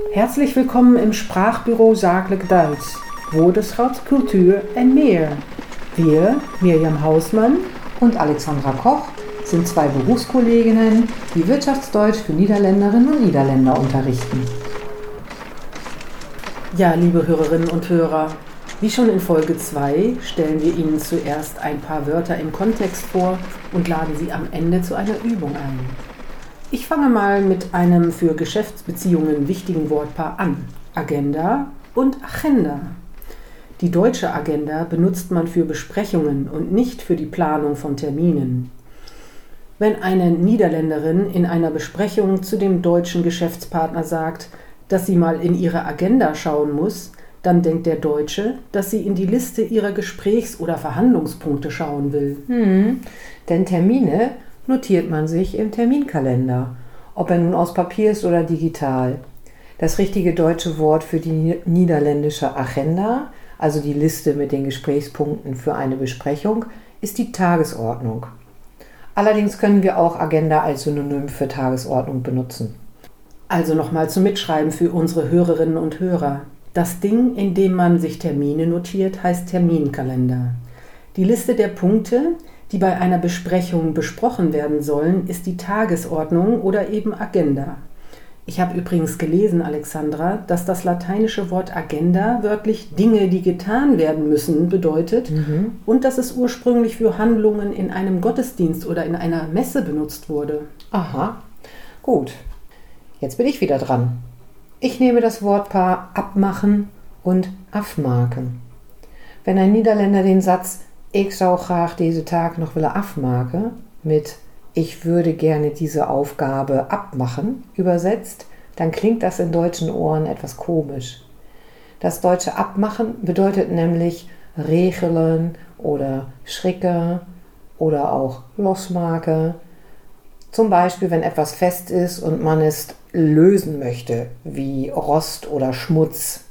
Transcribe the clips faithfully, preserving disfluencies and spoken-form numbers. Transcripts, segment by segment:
Herzlich willkommen im Sprachbüro Zakelijk Duits, Woordenschat, Cultuur en meer. Wir, Mirjam Hausmann und Alexandra Koch, sind zwei Berufskolleginnen, die Wirtschaftsdeutsch für Niederländerinnen und Niederländer unterrichten. Ja, liebe Hörerinnen und Hörer, wie schon in Folge zwei stellen wir Ihnen zuerst ein paar Wörter im Kontext vor und laden Sie am Ende zu einer Übung ein. Ich fange mal mit einem für Geschäftsbeziehungen wichtigen Wortpaar an: Agenda und Agenda. Die deutsche Agenda benutzt man für Besprechungen und nicht für die Planung von Terminen. Wenn eine Niederländerin in einer Besprechung zu dem deutschen Geschäftspartner sagt, dass sie mal in ihre Agenda schauen muss, dann denkt der Deutsche, dass sie in die Liste ihrer Gesprächs- oder Verhandlungspunkte schauen will. Hm, denn Termine notiert man sich im Terminkalender, ob er nun aus Papier ist oder digital. Das richtige deutsche Wort für die niederländische Agenda, also die Liste mit den Gesprächspunkten für eine Besprechung, ist die Tagesordnung. Allerdings können wir auch Agenda als Synonym für Tagesordnung benutzen. Also nochmal zum Mitschreiben für unsere Hörerinnen und Hörer. Das Ding, in dem man sich Termine notiert, heißt Terminkalender. Die Liste der Punkte, die bei einer Besprechung besprochen werden sollen, ist die Tagesordnung oder eben Agenda. Ich habe übrigens gelesen, Alexandra, dass das lateinische Wort Agenda wörtlich Dinge, die getan werden müssen, bedeutet mhm. und dass es ursprünglich für Handlungen in einem Gottesdienst oder in einer Messe benutzt wurde. Aha, gut. Jetzt bin ich wieder dran. Ich nehme das Wortpaar abmachen und afmaken. Wenn ein Niederländer den Satz "Ich zou graag deze Tag noch willen afmaken" mit "Ich würde gerne diese Aufgabe abmachen" übersetzt, dann klingt das in deutschen Ohren etwas komisch. Das deutsche Abmachen bedeutet nämlich regeln oder schrikken oder auch losmaken. Zum Beispiel, wenn etwas fest ist und man es lösen möchte, wie Rost oder Schmutz.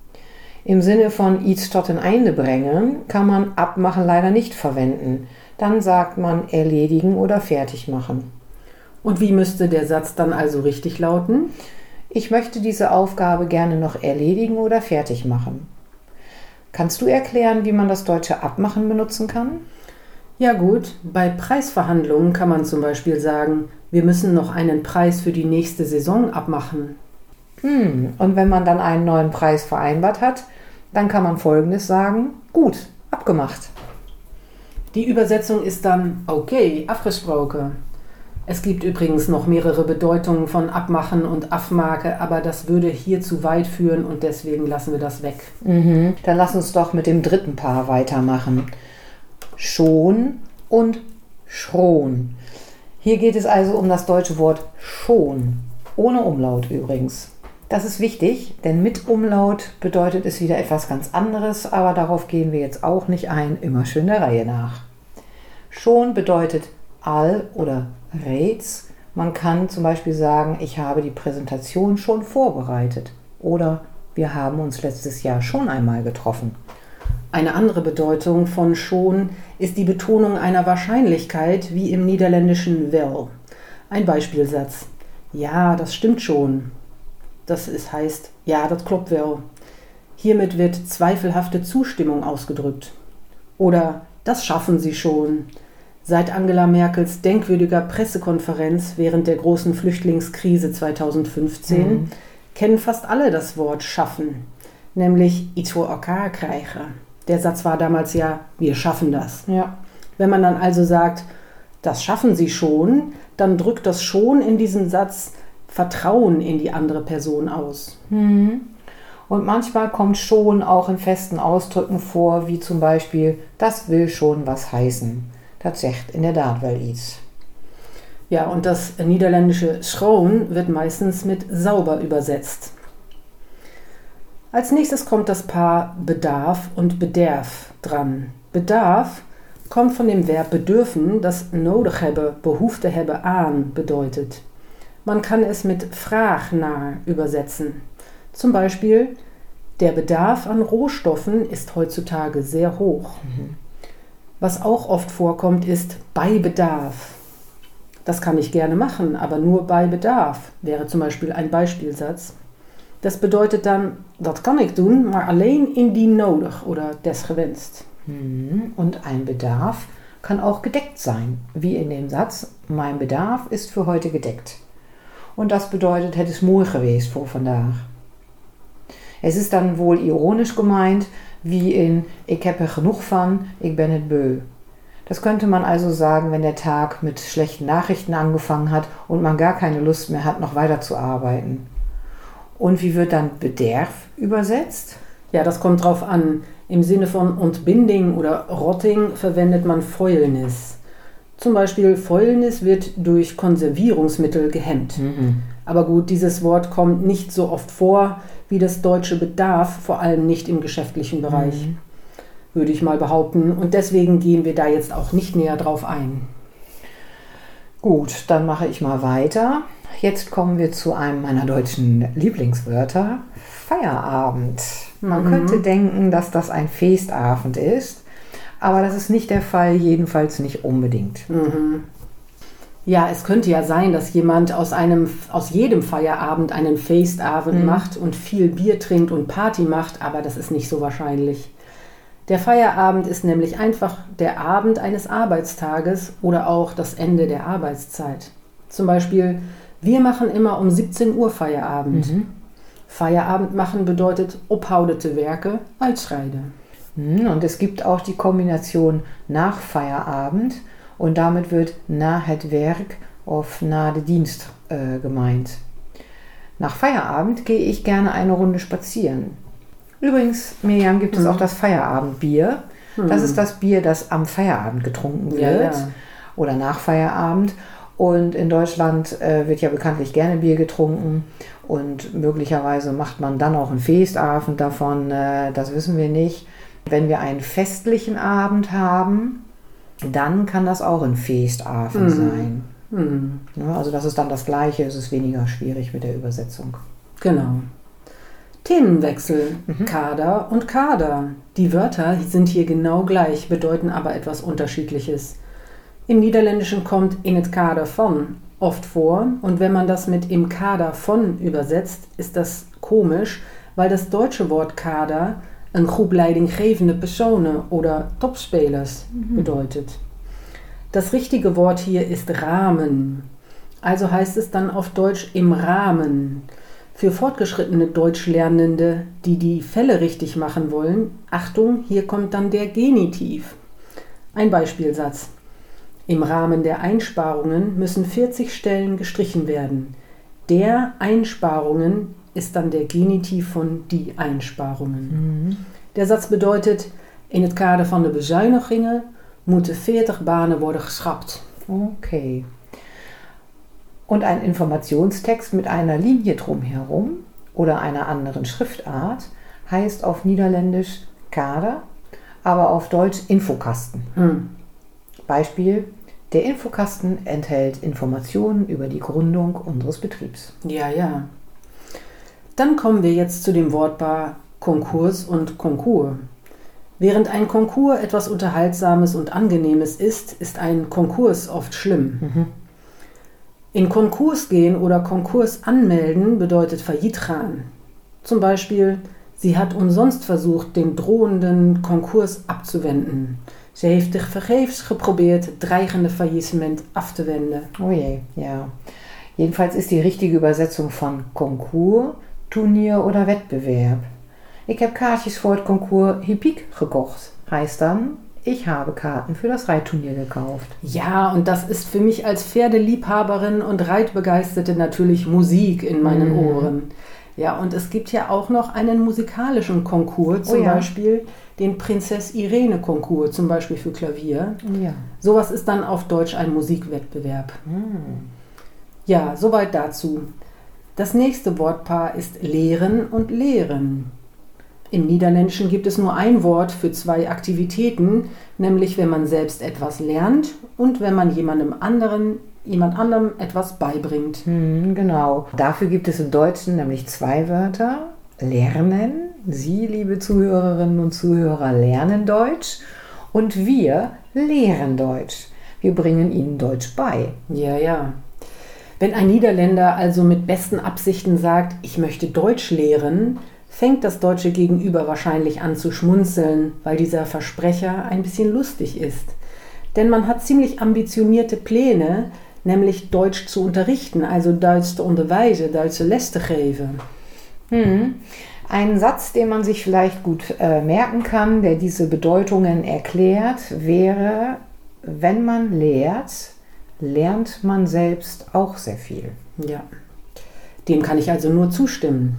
Im Sinne von iets tot een einde brengen kann man abmachen leider nicht verwenden. Dann sagt man erledigen oder fertig machen. Und wie müsste der Satz dann also richtig lauten? Ich möchte diese Aufgabe gerne noch erledigen oder fertig machen. Kannst du erklären, wie man das deutsche Abmachen benutzen kann? Ja gut, bei Preisverhandlungen kann man zum Beispiel sagen, wir müssen noch einen Preis für die nächste Saison abmachen. Hm, und wenn man dann einen neuen Preis vereinbart hat, dann kann man Folgendes sagen: Gut, abgemacht. Die Übersetzung ist dann okay, afgesproken. Es gibt übrigens noch mehrere Bedeutungen von abmachen und afmaken, aber das würde hier zu weit führen und deswegen lassen wir das weg. Mhm, dann lass uns doch mit dem dritten Paar weitermachen. Schon und schon. Hier geht es also um das deutsche Wort schon, ohne Umlaut übrigens. Das ist wichtig, denn mit Umlaut bedeutet es wieder etwas ganz anderes, aber darauf gehen wir jetzt auch nicht ein, immer schön der Reihe nach. Schon bedeutet all oder reeds. Man kann zum Beispiel sagen, ich habe die Präsentation schon vorbereitet oder wir haben uns letztes Jahr schon einmal getroffen. Eine andere Bedeutung von schon ist die Betonung einer Wahrscheinlichkeit, wie im Niederländischen wel. Ein Beispielsatz: Ja, das stimmt schon. Das ist, heißt, ja, das kloppt wel. Hiermit wird zweifelhafte Zustimmung ausgedrückt. Oder das schaffen Sie schon. Seit Angela Merkels denkwürdiger Pressekonferenz während der großen Flüchtlingskrise zweitausendfünfzehn mhm. kennen fast alle das Wort schaffen, nämlich iets voor elkaar krijgen. Der Satz war damals ja, wir schaffen das. Ja. Wenn man dann also sagt, das schaffen Sie schon, dann drückt das schon in diesem Satz Vertrauen in die andere Person aus. Mhm. Und manchmal kommt schon auch in festen Ausdrücken vor, wie zum Beispiel, das will schon was heißen. Das zegt inderdaad wel iets. Ja, und das niederländische schoon wird meistens mit sauber übersetzt. Als nächstes kommt das Paar Bedarf und Bederf dran. Bedarf kommt von dem Verb bedürfen, das nodig hebben, Behoefte hebben aan bedeutet. Man kann es mit Vraag naar übersetzen. Zum Beispiel, der Bedarf an Rohstoffen ist heutzutage sehr hoch. Mhm. Was auch oft vorkommt, ist bei Bedarf. Das kann ich gerne machen, aber nur bei Bedarf, wäre zum Beispiel ein Beispielsatz. Das bedeutet dann, dat kan ik doen, maar alleen indien nodig oder desgewenst. Hm. Und ein Bedarf kann auch gedeckt sein, wie in dem Satz, mein Bedarf ist für heute gedeckt. Und das bedeutet, het is mooi geweest voor vandaag. Es ist dann wohl ironisch gemeint, wie in ich heb er genoeg van, ik ben het beu. Das könnte man also sagen, wenn der Tag mit schlechten Nachrichten angefangen hat und man gar keine Lust mehr hat, noch weiterzuarbeiten. Und wie wird dann Bederf übersetzt? Ja, das kommt drauf an. Im Sinne von Ontbinding oder Rotting verwendet man Fäulnis. Zum Beispiel Fäulnis wird durch Konservierungsmittel gehemmt. Mhm. Aber gut, dieses Wort kommt nicht so oft vor wie das deutsche Bedarf, vor allem nicht im geschäftlichen Bereich, Mhm. würde ich mal behaupten. Und deswegen gehen wir da jetzt auch nicht näher drauf ein. Gut, dann mache ich mal weiter. Jetzt kommen wir zu einem meiner deutschen Lieblingswörter, Feierabend. Man Mhm. könnte denken, dass das ein Feestabend ist, aber das ist nicht der Fall, jedenfalls nicht unbedingt. Mhm. Ja, es könnte ja sein, dass jemand aus, einem, aus jedem Feierabend einen Feestabend Mhm. macht und viel Bier trinkt und Party macht, aber das ist nicht so wahrscheinlich. Der Feierabend ist nämlich einfach der Abend eines Arbeitstages oder auch das Ende der Arbeitszeit. Zum Beispiel, wir machen immer um siebzehn Uhr Feierabend. Mhm. Feierabend machen bedeutet ophoudete Werke, uitscheiden. Hm, Und es gibt auch die Kombination nach Feierabend und damit wird na het Werk auf na de Dienst äh, gemeint. Nach Feierabend gehe ich gerne eine Runde spazieren. Übrigens, Miriam, gibt es Mhm. auch das Feierabendbier. Das Mhm. ist das Bier, das am Feierabend getrunken Ja, wird ja. oder nach Feierabend. Und in Deutschland äh, wird ja bekanntlich gerne Bier getrunken und möglicherweise macht man dann auch einen Feestabend davon, äh, das wissen wir nicht. Wenn wir einen festlichen Abend haben, dann kann das auch ein Feestabend Mhm. sein. Mhm. Ja, also das ist dann das Gleiche, es ist weniger schwierig mit der Übersetzung. Genau. Themenwechsel, Mhm. Kader und Kader. Die Wörter sind hier genau gleich, bedeuten aber etwas Unterschiedliches. Im Niederländischen kommt in het kader van oft vor und wenn man das mit im Kader von übersetzt, ist das komisch, weil das deutsche Wort Kader een groep leidinggevende Personen oder Topspelers bedeutet. Das richtige Wort hier ist Rahmen. Also heißt es dann auf Deutsch im Rahmen. Für fortgeschrittene Deutschlernende, die die Fälle richtig machen wollen, Achtung, hier kommt dann der Genitiv. Ein Beispielsatz. Im Rahmen der Einsparungen müssen vierzig Stellen gestrichen werden. Der Einsparungen ist dann der Genitiv von die Einsparungen. Mhm. Der Satz bedeutet, in het kader van de bezuinigingen moeten veertig Banen worden geschrapt. Okay. Und ein Informationstext mit einer Linie drumherum oder einer anderen Schriftart heißt auf Niederländisch Kader, aber auf Deutsch Infokasten. Hm. Beispiel: Der Infokasten enthält Informationen über die Gründung unseres Betriebs. Ja, ja. Dann kommen wir jetzt zu dem Wortpaar Konkurs und Konkur. Während ein Konkur etwas Unterhaltsames und Angenehmes ist, ist ein Konkurs oft schlimm. Mhm. In Konkurs gehen oder Konkurs anmelden bedeutet failliet gaan. Zum Beispiel, sie hat umsonst versucht, den drohenden Konkurs abzuwenden. Ze heeft zich vergeefs geprobeerd, het dreigende Faillissement af te wenden. Oh je, ja. Jedenfalls ist die richtige Übersetzung von Konkurs, Turnier oder Wettbewerb. Ich habe Kaartjes voor het Konkurs Hippiek gekocht. Heißt dann, ich habe Karten für das Reitturnier gekauft. Ja, und das ist für mich als Pferdeliebhaberin und Reitbegeisterte natürlich Musik in meinen Mhm. Ohren. Ja, und es gibt ja auch noch einen musikalischen Konkurs, zum Oh ja. Beispiel den Prinzess Irene Konkurs, zum Beispiel für Klavier. Ja. Sowas ist dann auf Deutsch ein Musikwettbewerb. Hm. Ja, soweit dazu. Das nächste Wortpaar ist lehren und lehren. Im Niederländischen gibt es nur ein Wort für zwei Aktivitäten, nämlich wenn man selbst etwas lernt und wenn man jemandem anderen, jemand anderem etwas beibringt. Hm, genau. Dafür gibt es im Deutschen nämlich zwei Wörter. Lernen. Sie, liebe Zuhörerinnen und Zuhörer, lernen Deutsch. Und wir lehren Deutsch. Wir bringen Ihnen Deutsch bei. Ja, ja. Wenn ein Niederländer also mit besten Absichten sagt, ich möchte Deutsch lehren, fängt das deutsche Gegenüber wahrscheinlich an zu schmunzeln, weil dieser Versprecher ein bisschen lustig ist. Denn man hat ziemlich ambitionierte Pläne, nämlich Deutsch zu unterrichten, also Duits te onderwijzen, Duitse les te geven. Hm. Ein Satz, den man sich vielleicht gut äh, merken kann, der diese Bedeutungen erklärt, wäre, wenn man lehrt, lernt man selbst auch sehr viel. Ja, dem kann ich also nur zustimmen.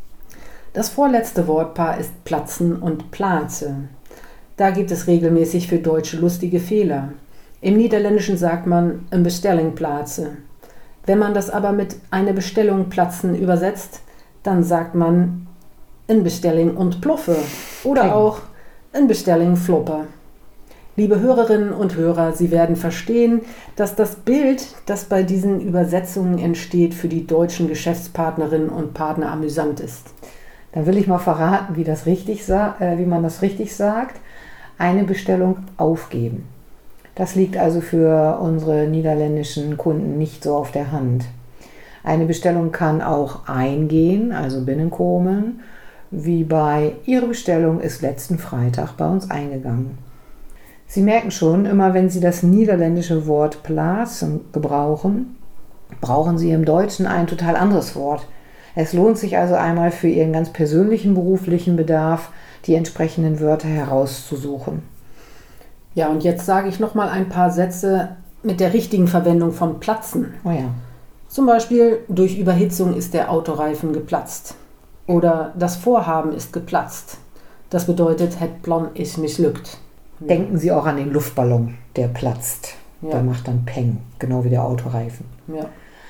Das vorletzte Wortpaar ist platzen und plaatse. Da gibt es regelmäßig für Deutsche lustige Fehler. Im Niederländischen sagt man een bestelling plaatsen. Wenn man das aber mit eine Bestellung platzen übersetzt, dann sagt man een bestelling ontploffen oder Peng. auch een bestelling floppen. Liebe Hörerinnen und Hörer, Sie werden verstehen, dass das Bild, das bei diesen Übersetzungen entsteht, für die deutschen Geschäftspartnerinnen und Partner amüsant ist. Dann will ich mal verraten, wie, das richtig sa- äh, wie man das richtig sagt. Eine Bestellung aufgeben. Das liegt also für unsere niederländischen Kunden nicht so auf der Hand. Eine Bestellung kann auch eingehen, also binnenkommen, wie bei Ihre Bestellung ist letzten Freitag bei uns eingegangen. Sie merken schon, immer wenn Sie das niederländische Wort plaatsen gebrauchen, brauchen Sie im Deutschen ein total anderes Wort. Es lohnt sich also einmal für Ihren ganz persönlichen beruflichen Bedarf, die entsprechenden Wörter herauszusuchen. Ja, und jetzt sage ich noch mal ein paar Sätze mit der richtigen Verwendung von platzen. Oh ja. Zum Beispiel, durch Überhitzung ist der Autoreifen geplatzt. Oder das Vorhaben ist geplatzt. Das bedeutet, het plan is mislukt. Denken Sie auch an den Luftballon, der platzt. Ja. Der macht dann Peng, genau wie der Autoreifen. Ja.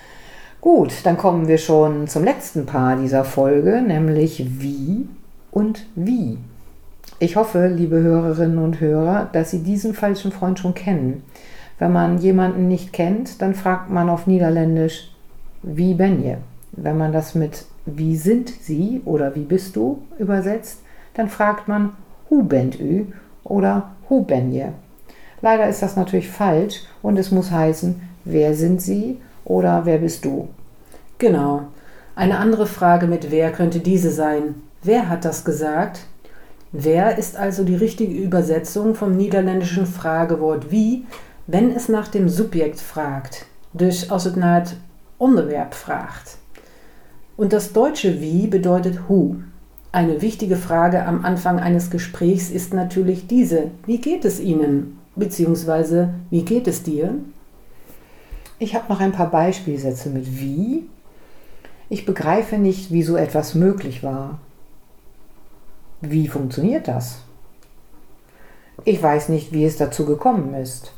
Gut, dann kommen wir schon zum letzten Paar dieser Folge, nämlich wie und wie. Ich hoffe, liebe Hörerinnen und Hörer, dass Sie diesen falschen Freund schon kennen. Wenn man jemanden nicht kennt, dann fragt man auf Niederländisch, wie ben je? Wenn man das mit wie sind Sie oder wie bist du übersetzt, dann fragt man hoe bent u oder hoe ben je? Leider ist das natürlich falsch und es muss heißen, wer sind Sie oder wer bist du? Genau. Eine andere Frage mit wer könnte diese sein? Wer hat das gesagt? Wer ist also die richtige Übersetzung vom niederländischen Fragewort wie, wenn es nach dem Subjekt fragt, dus als het naar het onderwerp fragt. Und das deutsche wie bedeutet who. Eine wichtige Frage am Anfang eines Gesprächs ist natürlich diese: Wie geht es Ihnen? Beziehungsweise, wie geht es dir? Ich habe noch ein paar Beispielsätze mit wie. Ich begreife nicht, wie so etwas möglich war. Wie funktioniert das? Ich weiß nicht, wie es dazu gekommen ist.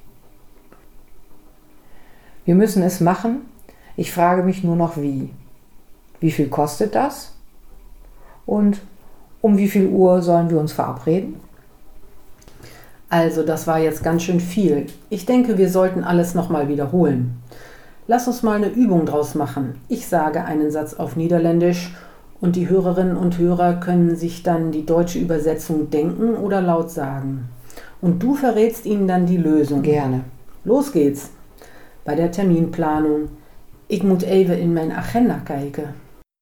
Wir müssen es machen. Ich frage mich nur noch wie. Wie viel kostet das? Und um wie viel Uhr sollen wir uns verabreden? Also, das war jetzt ganz schön viel. Ich denke, wir sollten alles nochmal wiederholen. Lass uns mal eine Übung draus machen. Ich sage einen Satz auf Niederländisch und die Hörerinnen und Hörer können sich dann die deutsche Übersetzung denken oder laut sagen. Und du verrätst ihnen dann die Lösung. Gerne. Los geht's. Bei der Terminplanung. Ik moet even in mijn agenda kijken.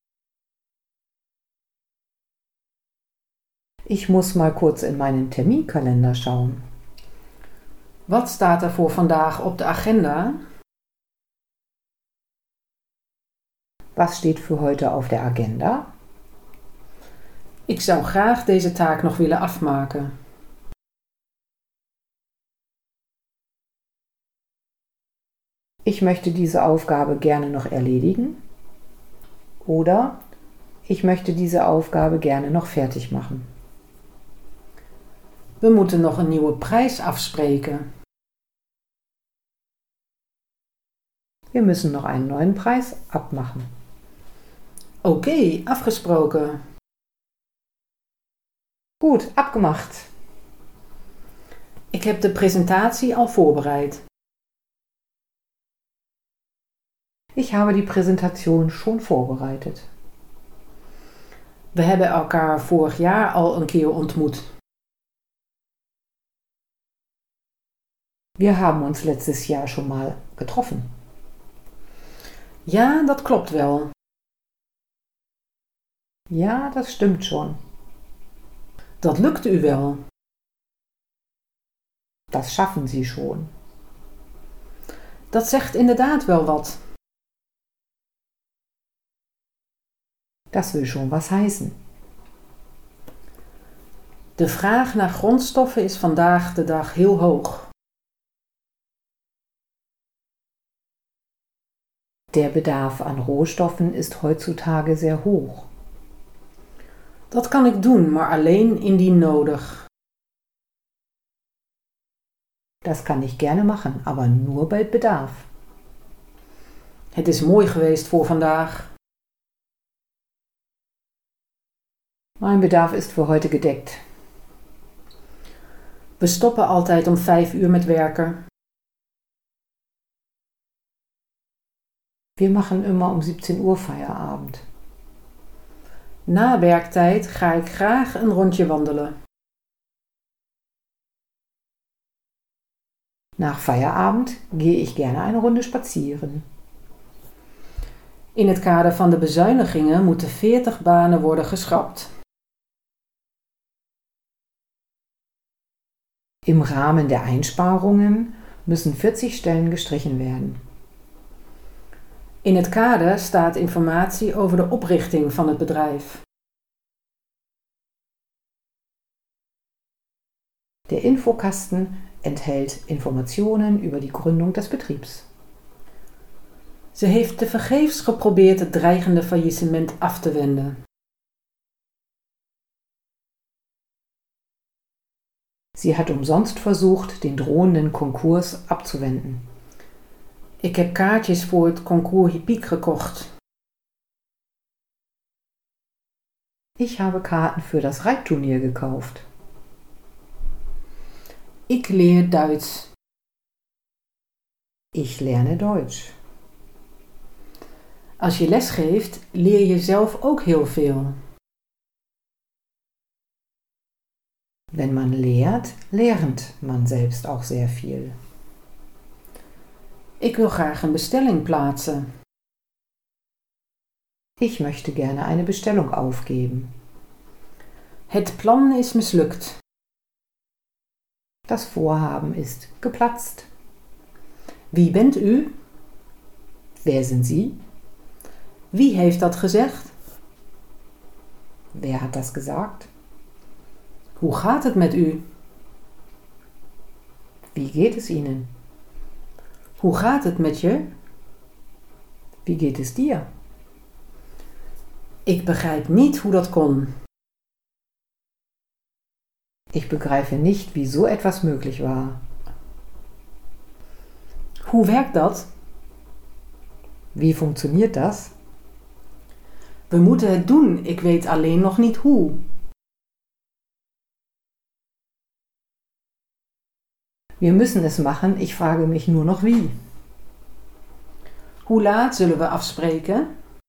Ich muss mal kurz in meinen Terminkalender schauen. Wat staat er voor vandaag op de agenda? Was steht für heute auf der Agenda? Ik zou graag deze taak nog willen afmaken. Ich möchte diese Aufgabe gerne noch erledigen. Oder ich möchte diese Aufgabe gerne noch fertig machen. We moeten nog een nieuwe prijs afspreken. Wir müssen noch einen neuen Preis abmachen. Oké, okay, afgesproken. Gut, abgemacht. Ik heb de presentatie al voorbereid. Ich habe die Präsentation schon vorbereitet. We hebben elkaar vorig jaar al een keer ontmoet. Wir haben uns letztes Jahr schon mal getroffen. Ja, dat klopt wel. Ja, das stimmt schon. Dat lukt u wel. Das schaffen Sie schon. Dat zegt inderdaad wel wat. Das will schon was heißen. De vraag naar grondstoffen is vandaag de dag heel hoog. Der Bedarf an Rohstoffen ist heutzutage sehr hoch. Dat kan ik doen, maar alleen indien nodig. Das kann ich gerne machen, aber nur bei Bedarf. Het is mooi geweest voor vandaag. Mein Bedarf ist für heute gedeckt. We stoppen altijd om vijf uur met werken. Wir machen immer um siebzehn Uhr Feierabend. Na werktijd ga ik graag een rondje wandelen. Nach Feierabend gehe ich gerne eine Runde spazieren. In het kader van de bezuinigingen moeten veertig banen worden geschrapt. Im Rahmen der Einsparungen müssen vierzig Stellen gestrichen werden. In het kader staat informatie over de oprichting van het bedrijf. Der Infokasten enthält Informationen über die Gründung des Betriebs. Ze heeft tevergeefs geprobeerd het dreigende faillissement af te wenden. Sie hat umsonst versucht, den drohenden Konkurs abzuwenden. Ik heb kaartjes voor het Concours Hippique gekocht. Ich habe Karten für das Reitturnier gekauft. Ik leer Duits. Ich lerne Deutsch. Als je les geeft, leer je zelf ook heel veel. Wenn man lehrt, lernt man selbst auch sehr viel. Ik wil graag een bestelling plaatsen. Ich möchte gerne eine Bestellung aufgeben. Het plan is mislukt. Das Vorhaben ist geplatzt. Wie bent u? Wer sind Sie? Wie heeft dat gezegd? Wer hat das gesagt? Hoe gaat het met u? Wie geht es Ihnen? Hoe gaat het met je? Wie geht es dir? Ik begrijp niet hoe dat kon. Ich begreife nicht, wie so etwas möglich war. Hoe werkt dat? Wie funktioniert das? We moeten het doen, ik weet alleen nog niet hoe. Wir müssen es machen, ich frage mich nur noch wie. Hoe laat zullen we afspreken?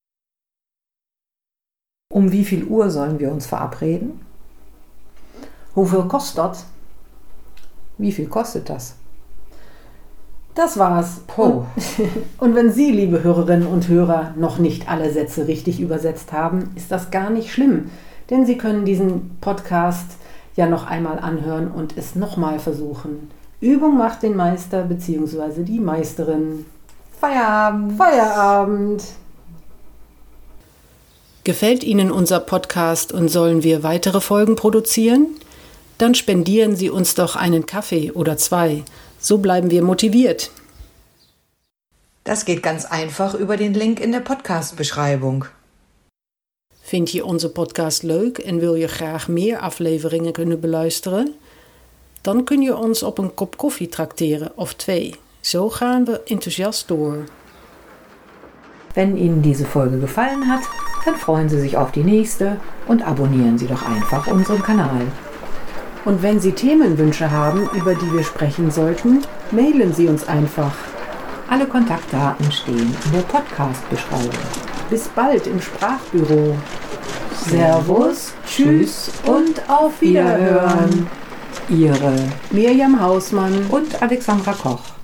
Um wie viel Uhr sollen wir uns verabreden? Hoeveel kost dat? Wie viel kostet das? Das war's. Oh. Und wenn Sie, liebe Hörerinnen und Hörer, noch nicht alle Sätze richtig übersetzt haben, ist das gar nicht schlimm, denn Sie können diesen Podcast ja noch einmal anhören und es nochmal versuchen. Übung macht den Meister bzw. die Meisterin. Feierabend. Feierabend. Gefällt Ihnen unser Podcast und sollen wir weitere Folgen produzieren? Dann spendieren Sie uns doch einen Kaffee oder zwei. So bleiben wir motiviert. Das geht ganz einfach über den Link in der Podcast-beschrijving. Vind je onze podcast leuk en wil je graag meer afleveringen kunnen beluisteren? Dan kun je ons op een kop koffie trakteren of twee. Zo gaan we enthousiast door. Wenn Ihnen diese Folge gefallen hat, dann freuen Sie sich auf die nächste und abonnieren Sie doch einfach unseren Kanal. Und wenn Sie Themenwünsche haben, über die wir sprechen sollten, mailen Sie uns einfach. Alle Kontaktdaten stehen in der Podcast-Beschreibung. Bis bald im Sprachbüro. Servus, tschüss und auf Wiederhören. Ihre Mirjam Hausmann und Alexandra Koch.